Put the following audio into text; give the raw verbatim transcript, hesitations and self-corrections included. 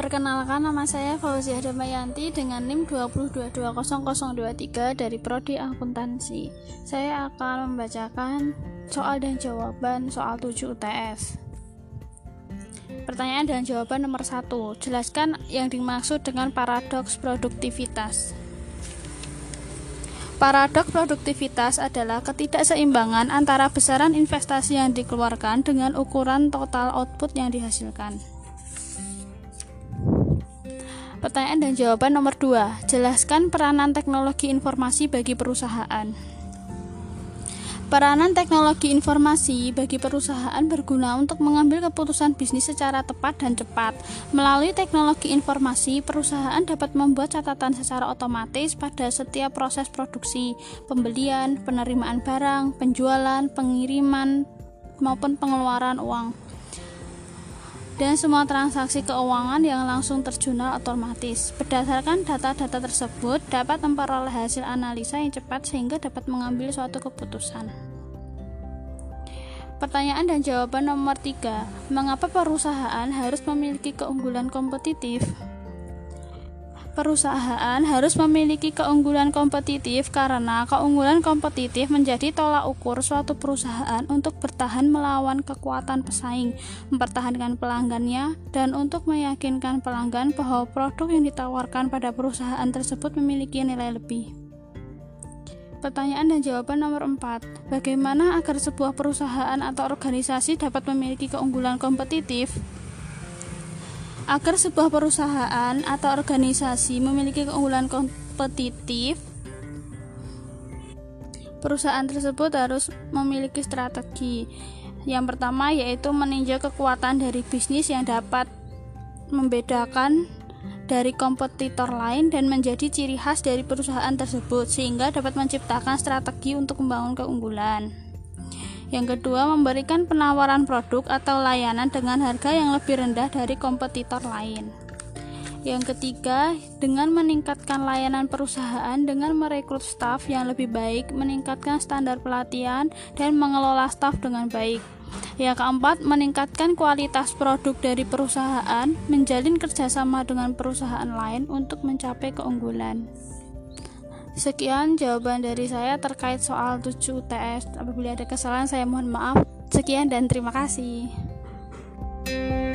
Perkenalkan, nama saya Fauziah Damayanti dengan NIM dua nol dua dua nol nol dua tiga dari Prodi Akuntansi. Saya akan membacakan soal dan jawaban soal tujuh U T S. Pertanyaan dan jawaban nomor satu. Jelaskan yang dimaksud dengan paradoks produktivitas. Paradoks produktivitas adalah ketidakseimbangan antara besaran investasi yang dikeluarkan dengan ukuran total output yang dihasilkan. Pertanyaan dan jawaban nomor dua. Jelaskan peranan teknologi informasi bagi perusahaan. Peranan teknologi informasi bagi perusahaan berguna untuk mengambil keputusan bisnis secara tepat dan cepat. Melalui teknologi informasi, perusahaan dapat membuat catatan secara otomatis pada setiap proses produksi, pembelian, penerimaan barang, penjualan, pengiriman, maupun pengeluaran uang, dan semua transaksi keuangan yang langsung terjurnal otomatis. Berdasarkan data-data tersebut, dapat memperoleh hasil analisa yang cepat sehingga dapat mengambil suatu keputusan. Pertanyaan dan jawaban nomor tiga. Mengapa perusahaan harus memiliki keunggulan kompetitif? Perusahaan harus memiliki keunggulan kompetitif karena keunggulan kompetitif menjadi tolak ukur suatu perusahaan untuk bertahan melawan kekuatan pesaing, mempertahankan pelanggannya, dan untuk meyakinkan pelanggan bahwa produk yang ditawarkan pada perusahaan tersebut memiliki nilai lebih. Pertanyaan dan jawaban nomor empat. Bagaimana agar sebuah perusahaan atau organisasi dapat memiliki keunggulan kompetitif? Agar sebuah perusahaan atau organisasi memiliki keunggulan kompetitif, perusahaan tersebut harus memiliki strategi. Yang pertama yaitu meninjau kekuatan dari bisnis yang dapat membedakan dari kompetitor lain dan menjadi ciri khas dari perusahaan tersebut, sehingga dapat menciptakan strategi untuk membangun keunggulan. Yang kedua, memberikan penawaran produk atau layanan dengan harga yang lebih rendah dari kompetitor lain. Yang ketiga, dengan meningkatkan layanan perusahaan dengan merekrut staf yang lebih baik, meningkatkan standar pelatihan, dan mengelola staf dengan baik. Yang keempat, meningkatkan kualitas produk dari perusahaan, menjalin kerjasama dengan perusahaan lain untuk mencapai keunggulan. Sekian jawaban dari saya terkait soal tujuh U T S. Apabila ada kesalahan saya mohon maaf. Sekian dan terima kasih.